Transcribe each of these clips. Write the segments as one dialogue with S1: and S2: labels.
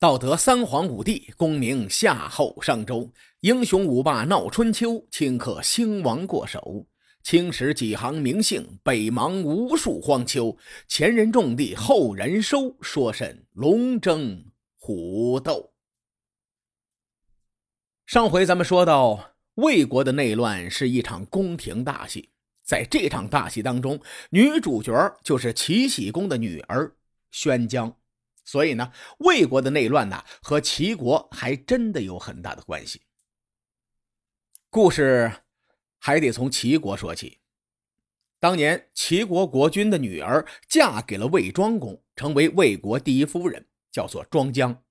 S1: 道德三皇五帝，功名夏后商周，英雄五霸闹春秋，顷刻兴亡过手。青史几行名姓，北邙无数荒丘。前人种地，后人收，说甚龙争虎斗。上回咱们说到，魏国的内乱是一场宫廷大戏，在这场大戏当中，女主角就是齐僖公的女儿宣姜。所以呢，魏国的内乱呢，和齐国还真的有很大的关系。故事还得从齐国说起。当年齐国国君的女儿嫁给了魏庄公，成为魏国第一夫人，叫做庄姜。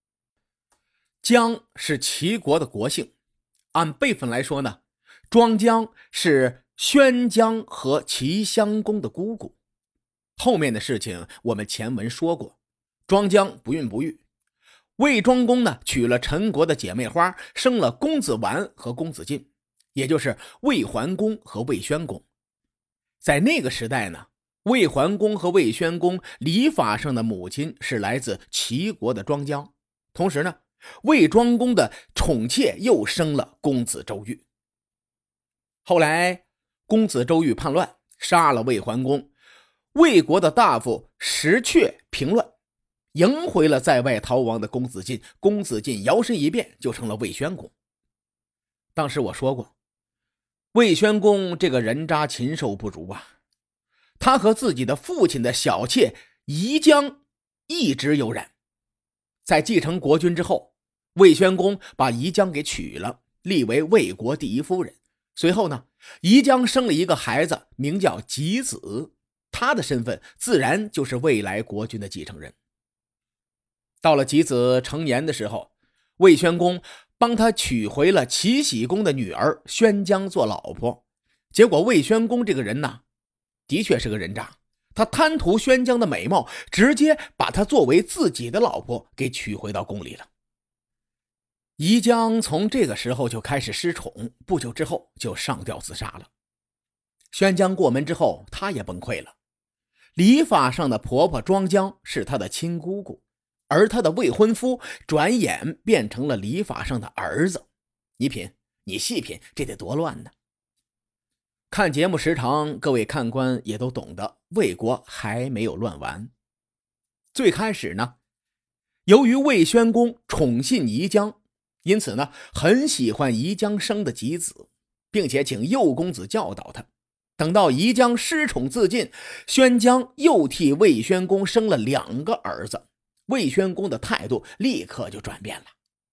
S1: 姜是齐国的国姓，按辈分来说呢，庄姜是宣姜和齐襄公的姑姑。后面的事情我们前文说过，庄姜不孕不育，魏庄公呢娶了陈国的姐妹花，生了公子完和公子晋，也就是魏桓公和魏宣公。在那个时代呢，魏桓公和魏宣公礼法上的母亲是来自齐国的庄姜，同时呢，魏庄公的宠妾又生了公子周瑜。后来公子周瑜叛乱，杀了魏桓公，魏国的大夫石阙平乱，迎回了在外逃亡的公子晋，公子晋摇身一变就成了魏宣公。当时我说过，魏宣公这个人渣禽兽不如啊，他和自己的父亲的小妾宜姜一直有染。在继承国君之后，魏宣公把宜姜给娶了，立为魏国第一夫人。随后呢，宜姜生了一个孩子，名叫吉子，他的身份自然就是未来国君的继承人。到了吉子成年的时候，魏宣公帮他娶回了齐僖公的女儿宣姜做老婆。结果魏宣公这个人呢，的确是个人渣，他贪图宣姜的美貌，直接把她作为自己的老婆给娶回到宫里了。宜姜从这个时候就开始失宠，不久之后就上吊自杀了。宣姜过门之后，她也崩溃了。礼法上的婆婆庄姜是她的亲姑姑，而她的未婚夫转眼变成了礼法上的儿子。你品，你细品，这得多乱呢！看节目时长，各位看官也都懂得，魏国还没有乱完。最开始呢，由于魏宣公宠信宜姜，因此呢，很喜欢宜姜生的吉子，并且请右公子教导他。等到宜姜失宠自尽，宣姜又替魏宣公生了2个儿子，魏宣公的态度立刻就转变了。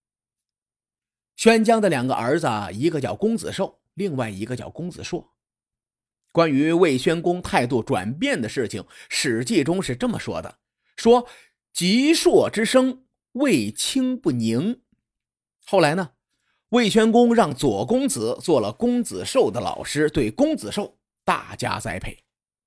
S1: 宣姜的2个儿子，一个叫公子寿，另外一个叫公子硕。关于魏宣公态度转变的事情，史记中是这么说的，说吉硕之生，魏清不宁。后来呢，魏宣公让左公子做了公子寿的老师，对公子寿大加栽培。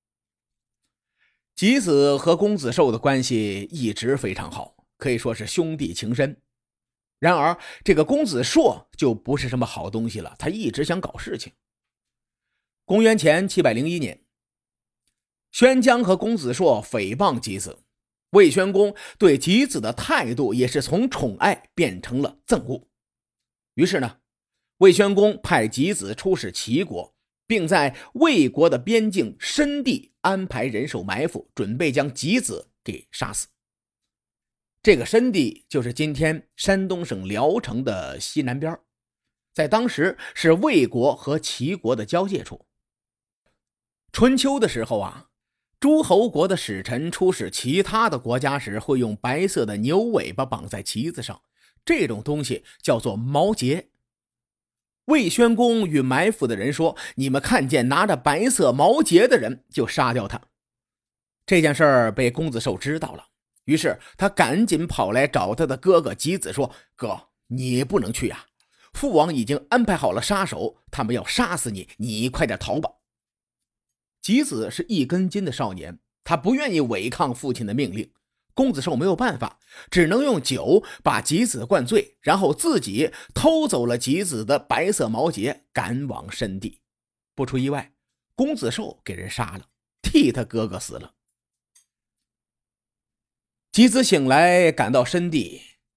S1: 吉子和公子寿的关系一直非常好，可以说是兄弟情深。然而这个公子硕就不是什么好东西了，他一直想搞事情。公元前701年，宣姜和公子硕诽谤吉子，魏宣公对吉子的态度也是从宠爱变成了憎恶。于是呢，魏宣公派吉子出使齐国，并在魏国的边境申地安排人手埋伏，准备将吉子给杀死。这个申地就是今天山东省聊城的西南边，在当时是魏国和齐国的交界处。春秋的时候啊，诸侯国的使臣出使其他的国家时，会用白色的牛尾巴绑在旗子上，这种东西叫做毛节。魏宣公与埋伏的人说，你们看见拿着白色毛节的人就杀掉他。这件事儿被公子寿知道了，于是他赶紧跑来找他的哥哥吉子说，哥，你不能去啊，父王已经安排好了杀手，他们要杀死你，你快点逃吧。吉子是一根筋的少年，他不愿意违抗父亲的命令。公子寿没有办法，只能用酒把吉子灌醉，然后自己偷走了吉子的白色毛节，赶往申地。不出意外，公子寿给人杀了，替他哥哥死了。吉子醒来赶到申地，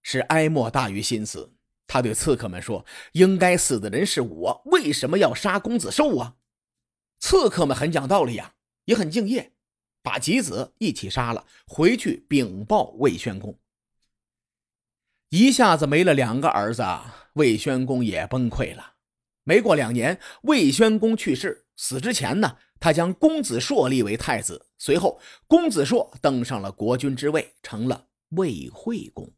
S1: 是哀莫大于心死。他对刺客们说：“应该死的人是我，为什么要杀公子寿啊？”刺客们很讲道理呀，也很敬业，把吉子一起杀了，回去禀报魏宣公。一下子没了2个儿子，魏宣公也崩溃了。没过2年，魏宣公去世，死之前呢，他将公子硕立为太子，随后公子硕登上了国君之位，成了魏惠公。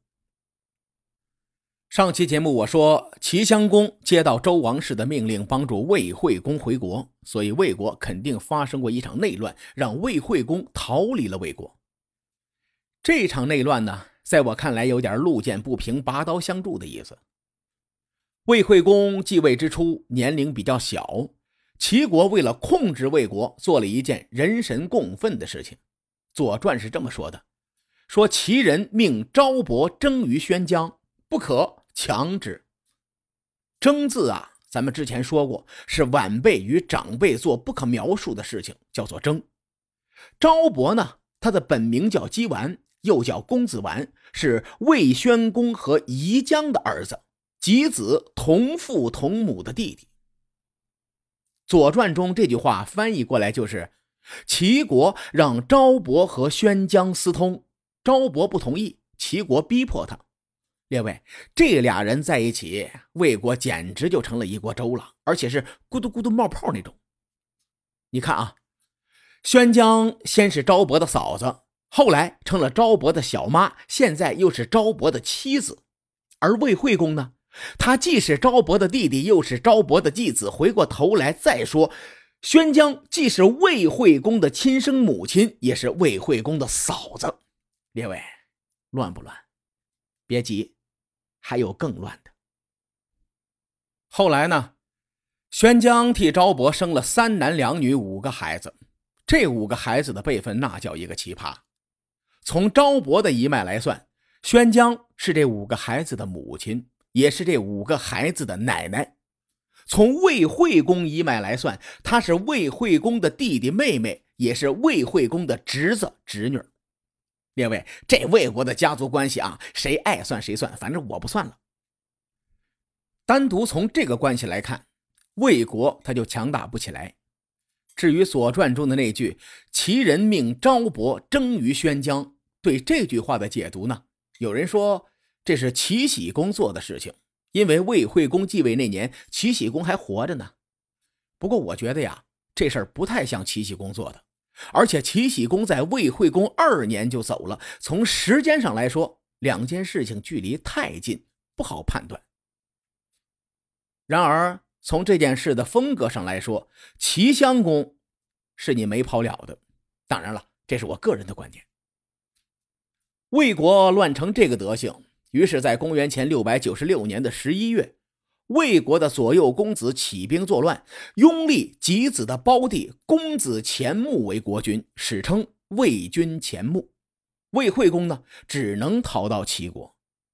S1: 上期节目我说齐襄公接到周王室的命令，帮助魏惠公回国，所以魏国肯定发生过一场内乱，让魏惠公逃离了魏国。这场内乱呢，在我看来有点路见不平拔刀相助的意思。魏惠公继位之初年龄比较小，齐国为了控制魏国，做了一件人神共愤的事情。左传是这么说的，说齐人命昭伯征于宣姜，不可强之。征字啊，咱们之前说过，是晚辈与长辈做不可描述的事情，叫做征。昭伯呢，他的本名叫姬完，又叫公子完，是魏宣公和宜姜的儿子，己子同父同母的弟弟。左传中这句话翻译过来就是齐国让昭伯和宣姜私通，昭伯不同意，齐国逼迫他。列位，这俩人在一起，魏国简直就成了一锅粥了，而且是咕嘟咕嘟冒泡那种。你看啊，宣姜先是昭伯的嫂子，后来成了昭伯的小妈，现在又是昭伯的妻子。而魏惠公呢，他既是昭伯的弟弟，又是昭伯的继子，回过头来再说，宣姜既是魏惠公的亲生母亲，也是魏惠公的嫂子。列位，乱不乱？别急，还有更乱的。后来呢，宣姜替昭伯生了3男2女5个孩子，这5个孩子的辈分那叫一个奇葩。从昭伯的一脉来算，宣姜是这5个孩子的母亲，也是这5个孩子的奶奶。从魏惠公一脉来算，他是魏惠公的弟弟妹妹，也是魏惠公的侄子侄女。列位，这魏国的家族关系啊，谁爱算谁算，反正我不算了。单独从这个关系来看，魏国他就强大不起来。至于左传中的那句齐人命昭伯征于宣姜，对这句话的解读呢，有人说这是齐僖公做的事情，因为魏惠公继位那年齐僖公还活着呢。不过我觉得呀，这事儿不太像齐僖公做的，而且齐僖公在魏惠公2年就走了，从时间上来说，2件事情距离太近，不好判断。然而从这件事的风格上来说，齐襄公是你没跑了的。当然了，这是我个人的观点。魏国乱成这个德行，于是在公元前696年的11月，魏国的左右公子起兵作乱，拥立己子的胞弟公子虔穆为国君，史称魏君虔穆。魏惠公呢，只能逃到齐国。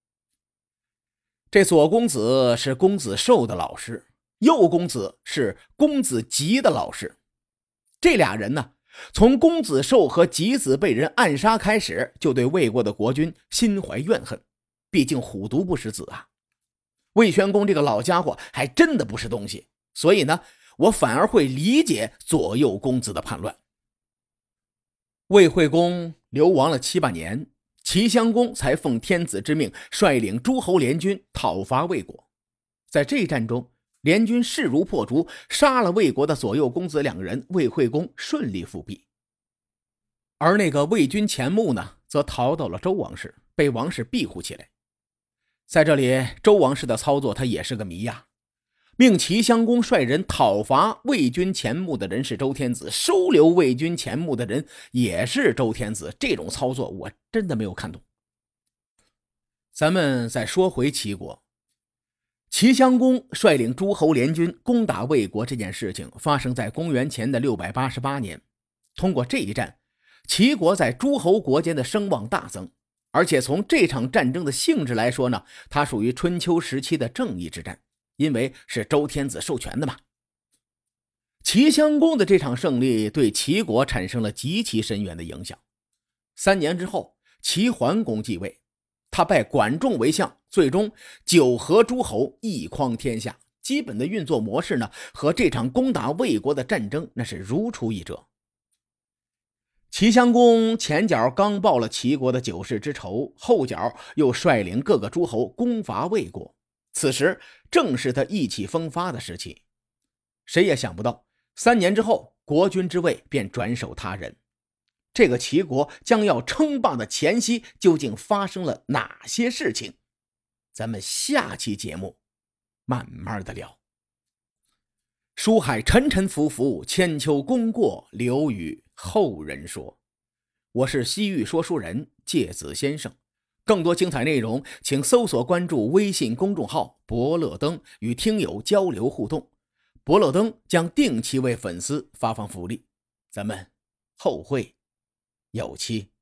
S1: 这左公子是公子寿的老师，右公子是公子吉的老师。这俩人呢，从公子寿和吉子被人暗杀开始，就对魏国的国君心怀怨恨。毕竟虎毒不食子啊，魏宣公这个老家伙还真的不是东西，所以呢，我反而会理解左右公子的叛乱。魏惠公流亡了7、8年，齐襄公才奉天子之命率领诸侯联军讨伐魏国。在这一战中，联军势如破竹，杀了魏国的左右公子2人，魏惠公顺利复辟。而那个魏君虔穆呢，则逃到了周王室，被王室庇护起来。在这里，周王室的操作他也是个谜呀。命齐襄公率人讨伐魏君虔穆的人是周天子，收留魏君虔穆的人也是周天子，这种操作我真的没有看懂。咱们再说回齐国，齐襄公率领诸侯联军攻打魏国这件事情发生在公元前的688年。通过这一战，齐国在诸侯国间的声望大增，而且从这场战争的性质来说呢，它属于春秋时期的正义之战，因为是周天子授权的嘛。齐襄公的这场胜利对齐国产生了极其深远的影响。3年之后，齐桓公继位， 他拜管仲为相，最终九合诸侯，一匡天下。基本的运作模式呢，和这场攻打魏国的战争那是如出一辙。齐襄公前脚刚报了齐国的9世之仇，后脚又率领各个诸侯攻伐魏国，此时正是他意气风发的时期。谁也想不到3年之后，国君之位便转手他人。这个齐国将要称霸的前夕，究竟发生了哪些事情？咱们下期节目慢慢的聊。书海沉沉浮浮，千秋功过留与后人说。我是西域说书人介子先生，更多精彩内容请搜索关注微信公众号伯乐灯，与听友交流互动。伯乐灯将定期为粉丝发放福利，咱们后会有期。